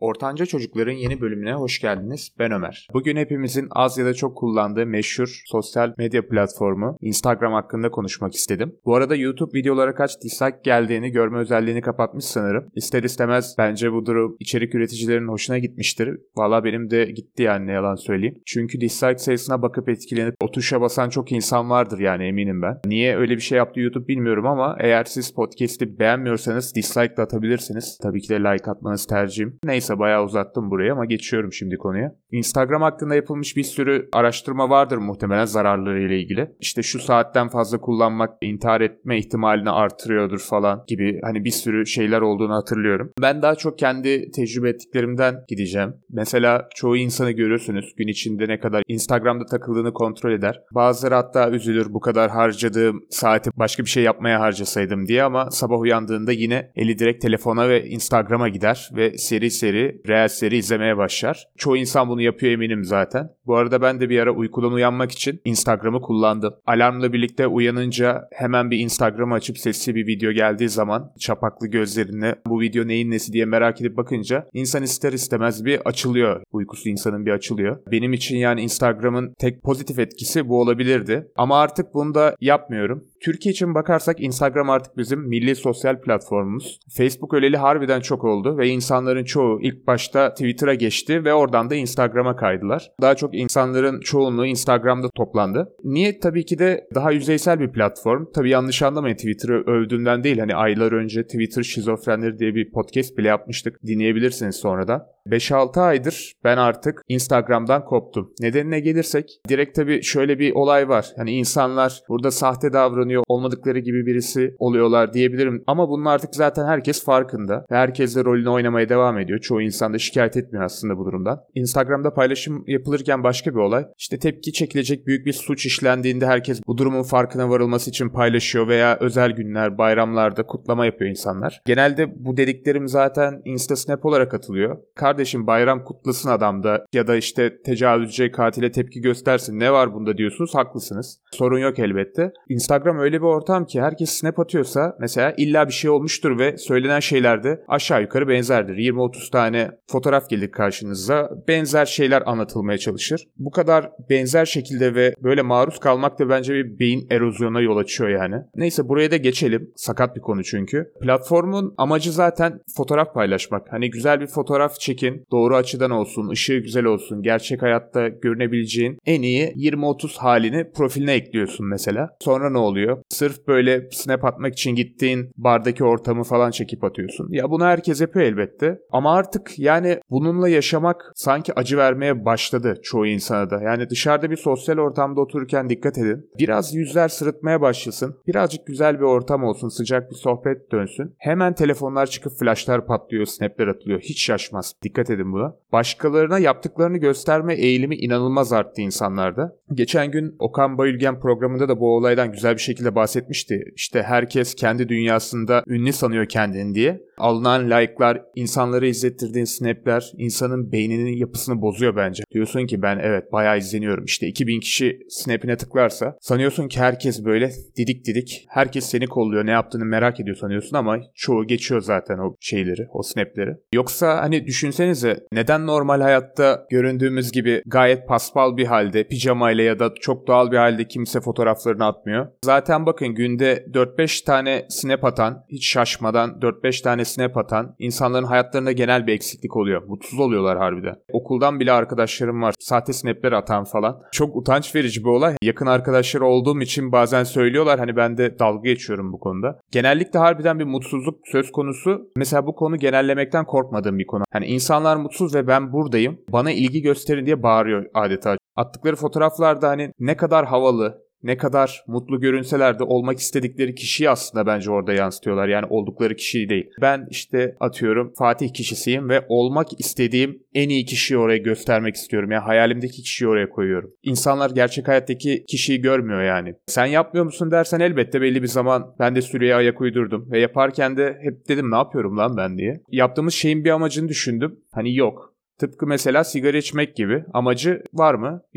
Ortanca Çocukların yeni bölümüne hoş geldiniz. Ben Ömer. Bugün hepimizin az ya da çok kullandığı meşhur sosyal medya platformu Instagram hakkında konuşmak istedim. Bu arada YouTube videolara kaç dislike geldiğini görme özelliğini kapatmış sanırım. İster istemez bence bu durum içerik üreticilerinin hoşuna gitmiştir. Valla benim de gitti yani, ne yalan söyleyeyim. Çünkü dislike sayısına bakıp etkilenip o tuşa basan çok insan vardır yani, eminim ben. Niye öyle bir şey yaptı YouTube bilmiyorum ama eğer siz podcast'i beğenmiyorsanız dislike de atabilirsiniz. Tabii ki de like atmanız tercihim. Neyse, bayağı uzattım burayı ama geçiyorum şimdi konuya. Instagram hakkında yapılmış bir sürü araştırma vardır muhtemelen zararlarıyla ilgili. İşte şu saatten fazla kullanmak intihar etme ihtimalini artırıyordur falan gibi hani bir sürü şeyler olduğunu hatırlıyorum. Ben daha çok kendi tecrübe ettiklerimden gideceğim. Mesela çoğu insanı görürsünüz gün içinde ne kadar Instagram'da takıldığını kontrol eder. Bazıları hatta üzülür, bu kadar harcadığım saati başka bir şey yapmaya harcasaydım diye, ama sabah uyandığında yine eli direkt telefona ve Instagram'a gider ve seri Reels'leri izlemeye başlar. Çoğu insan bunu yapıyor eminim zaten. Bu arada ben de bir ara uykudan uyanmak için Instagram'ı kullandım. Alarmla birlikte uyanınca hemen bir Instagram'ı açıp sesli bir video geldiği zaman çapaklı gözlerine bu video neyin nesi diye merak edip bakınca insan ister istemez bir açılıyor. Uykusu insanın bir açılıyor. Benim için yani Instagram'ın tek pozitif etkisi bu olabilirdi. Ama artık bunu da yapmıyorum. Türkiye için bakarsak Instagram artık bizim milli sosyal platformumuz. Facebook öleli harbiden çok oldu ve insanların çoğu ilk başta Twitter'a geçti ve oradan da Instagram'a kaydılar. Daha çok insanların çoğunluğu Instagram'da toplandı. Niye? Tabii ki de daha yüzeysel bir platform. Tabii yanlış anlamayın, Twitter'ı övdüğümden değil. Hani aylar önce Twitter Şizofrenleri diye bir podcast bile yapmıştık. Dinleyebilirsiniz sonradan. 5-6 aydır ben artık Instagram'dan koptum. Nedenine gelirsek direkt tabii şöyle bir olay var. Hani insanlar burada sahte davranıyor, olmadıkları gibi birisi oluyorlar diyebilirim. Ama bunun artık zaten herkes farkında. Ve herkes de rolünü oynamaya devam ediyor. Çoğu insan da şikayet etmiyor aslında bu durumdan. Instagram'da paylaşım yapılırken başka bir olay. İşte tepki çekilecek büyük bir suç işlendiğinde herkes bu durumun farkına varılması için paylaşıyor veya özel günler, bayramlarda kutlama yapıyor insanlar. Genelde bu dediklerim zaten Insta Snap olarak atılıyor. Kardeşim bayram kutlasın adam da ya da işte tecavüzcü katile tepki göstersin, ne var bunda diyorsunuz, haklısınız. Sorun yok elbette. Instagram öyle bir ortam ki herkes snap atıyorsa mesela illa bir şey olmuştur ve söylenen şeyler de aşağı yukarı benzerdir. 20-30 tane fotoğraf gelir karşınıza, benzer şeyler anlatılmaya çalışır. Bu kadar benzer şekilde ve böyle maruz kalmak da bence bir beyin erozyonuna yol açıyor yani. Neyse, buraya da geçelim. Sakat bir konu çünkü. Platformun amacı zaten fotoğraf paylaşmak. Hani güzel bir fotoğraf çekin, doğru açıdan olsun, ışığı güzel olsun, gerçek hayatta görünebileceğin en iyi 20-30 halini profiline ekliyorsun mesela. Sonra ne oluyor? Sırf böyle snap atmak için gittiğin bardaki ortamı falan çekip atıyorsun. Ya bunu herkes yapıyor elbette. Ama artık yani bununla yaşamak sanki acı vermeye başladı çoğu insana da. Yani dışarıda bir sosyal ortamda otururken dikkat edin. Biraz yüzler sırıtmaya başlasın. Birazcık güzel bir ortam olsun, sıcak bir sohbet dönsün. Hemen telefonlar çıkıp flashlar patlıyor, snapler atılıyor. Hiç şaşmaz. Dikkat edin buna. Başkalarına yaptıklarını gösterme eğilimi inanılmaz arttı insanlarda. Geçen gün Okan Bayülgen programında da bu olaydan güzel bir şekilde bahsetmişti. İşte herkes kendi dünyasında ünlü sanıyor kendini diye. Alınan like'lar, insanları izlettirdiğin snap'ler insanın beyninin yapısını bozuyor bence. Diyorsun ki ben evet bayağı izleniyorum. İşte 2000 kişi snap'ine tıklarsa sanıyorsun ki herkes böyle didik didik. Herkes seni kolluyor, ne yaptığını merak ediyor sanıyorsun ama çoğu geçiyor zaten o şeyleri, o snap'leri. Yoksa hani düşünsenize, neden normal hayatta göründüğümüz gibi gayet paspal bir halde, pijamayla ya da çok doğal bir halde kimse fotoğraflarını atmıyor? Zaten bakın günde 4-5 tane snap atan, hiç şaşmadan 4-5 tane snap atan insanların hayatlarında genel bir eksiklik oluyor. Mutsuz oluyorlar harbiden. Okuldan bile arkadaşlarım var, sahte snapler atan falan. Çok utanç verici bir olay. Yakın arkadaşları olduğum için bazen söylüyorlar, hani ben de dalga geçiyorum bu konuda. Genellikle harbiden bir mutsuzluk söz konusu. Mesela bu konu genellemekten korkmadığım bir konu. Hani insanlar mutsuz ve ben buradayım, bana ilgi gösterin diye bağırıyor adeta. Attıkları fotoğraflarda hani ne kadar havalı, ne kadar mutlu görünseler de olmak istedikleri kişiyi aslında bence orada yansıtıyorlar. Yani oldukları kişiyi değil. Ben işte atıyorum Fatih kişisiyim ve olmak istediğim en iyi kişiyi oraya göstermek istiyorum. Yani hayalimdeki kişiyi oraya koyuyorum. İnsanlar gerçek hayattaki kişiyi görmüyor yani. Sen yapmıyor musun dersen elbette belli bir zaman ben de süreye ayak uydurdum. Ve yaparken de hep dedim ne yapıyorum lan ben diye. Yaptığımız şeyin bir amacını düşündüm. Hani yok. Tıpkı mesela sigara içmek gibi. Amacı var mı? Yok.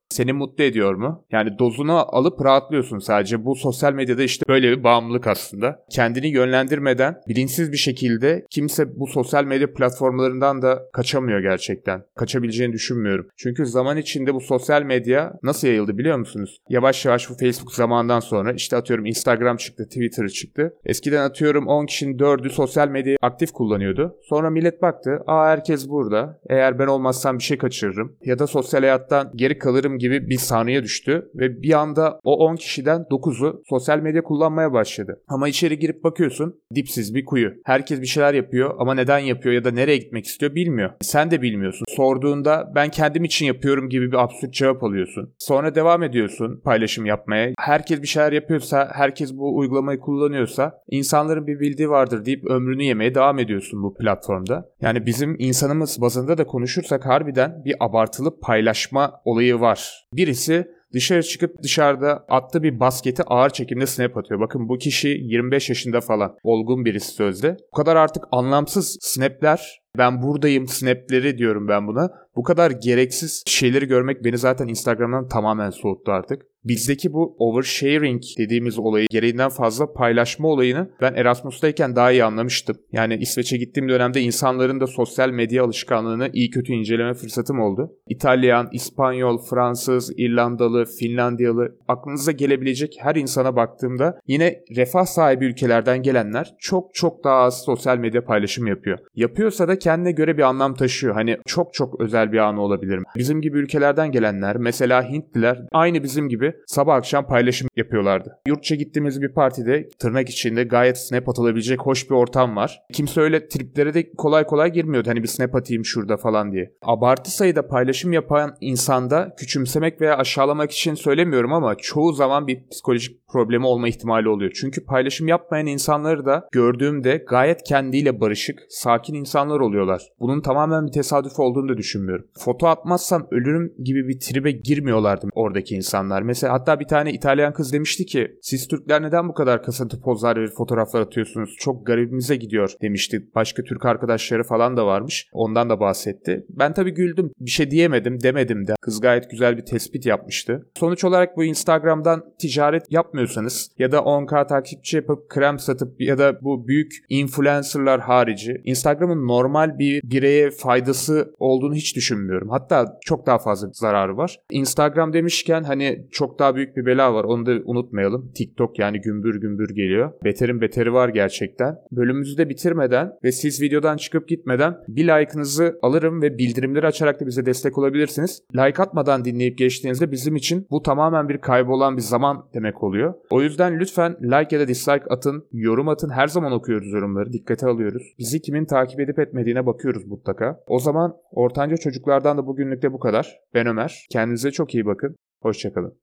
Seni mutlu ediyor mu? Yani dozunu alıp rahatlıyorsun sadece. Bu sosyal medyada işte böyle bir bağımlılık aslında. Kendini yönlendirmeden bilinçsiz bir şekilde kimse bu sosyal medya platformlarından da kaçamıyor gerçekten. Kaçabileceğini düşünmüyorum. Çünkü zaman içinde bu sosyal medya nasıl yayıldı biliyor musunuz? Yavaş yavaş bu Facebook zamandan sonra işte atıyorum Instagram çıktı, Twitter çıktı. Eskiden atıyorum 10 kişinin 4'ü sosyal medyayı aktif kullanıyordu. Sonra millet baktı, herkes burada. Eğer ben olmazsam bir şey kaçırırım ya da sosyal hayattan geri kalırım gibi bir sahneye düştü ve bir anda o 10 kişiden 9'u sosyal medya kullanmaya başladı. Ama içeri girip bakıyorsun, dipsiz bir kuyu. Herkes bir şeyler yapıyor ama neden yapıyor ya da nereye gitmek istiyor bilmiyor. Sen de bilmiyorsun. Sorduğunda ben kendim için yapıyorum gibi bir absürt cevap alıyorsun. Sonra devam ediyorsun paylaşım yapmaya. Herkes bir şeyler yapıyorsa, herkes bu uygulamayı kullanıyorsa insanların bir bildiği vardır deyip ömrünü yemeye devam ediyorsun bu platformda. Yani bizim insanımız bazında da konuşursak harbiden bir abartılı paylaşma olayı var. Birisi dışarı çıkıp dışarıda attığı bir basketi ağır çekimde snap atıyor. Bakın bu kişi 25 yaşında falan. Olgun birisi sözde. Bu kadar artık anlamsız snapler, ben buradayım snapleri diyorum ben buna. Bu kadar gereksiz şeyleri görmek beni zaten Instagram'dan tamamen soğuttu artık. Bizdeki bu oversharing dediğimiz olayı, gereğinden fazla paylaşma olayını ben Erasmus'tayken daha iyi anlamıştım. Yani İsveç'e gittiğim dönemde insanların da sosyal medya alışkanlığını iyi kötü inceleme fırsatım oldu. İtalyan, İspanyol, Fransız, İrlandalı, Finlandiyalı, aklınıza gelebilecek her insana baktığımda yine refah sahibi ülkelerden gelenler çok çok daha az sosyal medya paylaşım yapıyor. Yapıyorsa da kendine göre bir anlam taşıyor. Hani çok çok özel bir anı olabilir. Bizim gibi ülkelerden gelenler, mesela Hintliler aynı bizim gibi sabah akşam paylaşım yapıyorlardı. Yurtça gittiğimiz bir partide tırnak içinde gayet snap atılabilecek hoş bir ortam var. Kimse öyle triplere de kolay kolay girmiyordu. Hani bir snap atayım şurada falan diye. Abartı sayıda paylaşım yapan insanda küçümsemek veya aşağılamak için söylemiyorum ama çoğu zaman bir psikolojik problemi olma ihtimali oluyor. Çünkü paylaşım yapmayan insanları da gördüğümde gayet kendiyle barışık, sakin insanlar oluyorlar. Bunun tamamen bir tesadüf olduğunu da düşünmüyorum. Foto atmazsam ölürüm gibi bir tribe girmiyorlardı oradaki insanlar. Mesela hatta bir tane İtalyan kız demişti ki siz Türkler neden bu kadar kasıntı pozlar ve fotoğraflar atıyorsunuz? Çok garibimize gidiyor demişti. Başka Türk arkadaşları falan da varmış. Ondan da bahsetti. Ben tabii güldüm. Bir şey diyemedim, demedim de. Kız gayet güzel bir tespit yapmıştı. Sonuç olarak bu Instagram'dan ticaret yapmıyorsanız ya da 10K takipçi yapıp krem satıp ya da bu büyük influencerlar harici Instagram'ın normal bir bireye faydası olduğunu hiç düşünmüyorum. Hatta çok daha fazla zararı var. Instagram demişken hani çok daha büyük bir bela var. Onu da unutmayalım. TikTok yani gümbür gümbür geliyor. Beterin beteri var gerçekten. Bölümümüzü de bitirmeden ve siz videodan çıkıp gitmeden bir like'ınızı alırım ve bildirimleri açarak da bize destek olabilirsiniz. Like atmadan dinleyip geçtiğinizde bizim için bu tamamen bir kaybolan bir zaman demek oluyor. O yüzden lütfen like ya da dislike atın, yorum atın. Her zaman okuyoruz yorumları, dikkate alıyoruz. Bizi kimin takip edip etmediğine bakıyoruz mutlaka. O zaman ortanca çocuklardan da bugünlük de bu kadar. Ben Ömer. Kendinize çok iyi bakın. Hoşça kalın.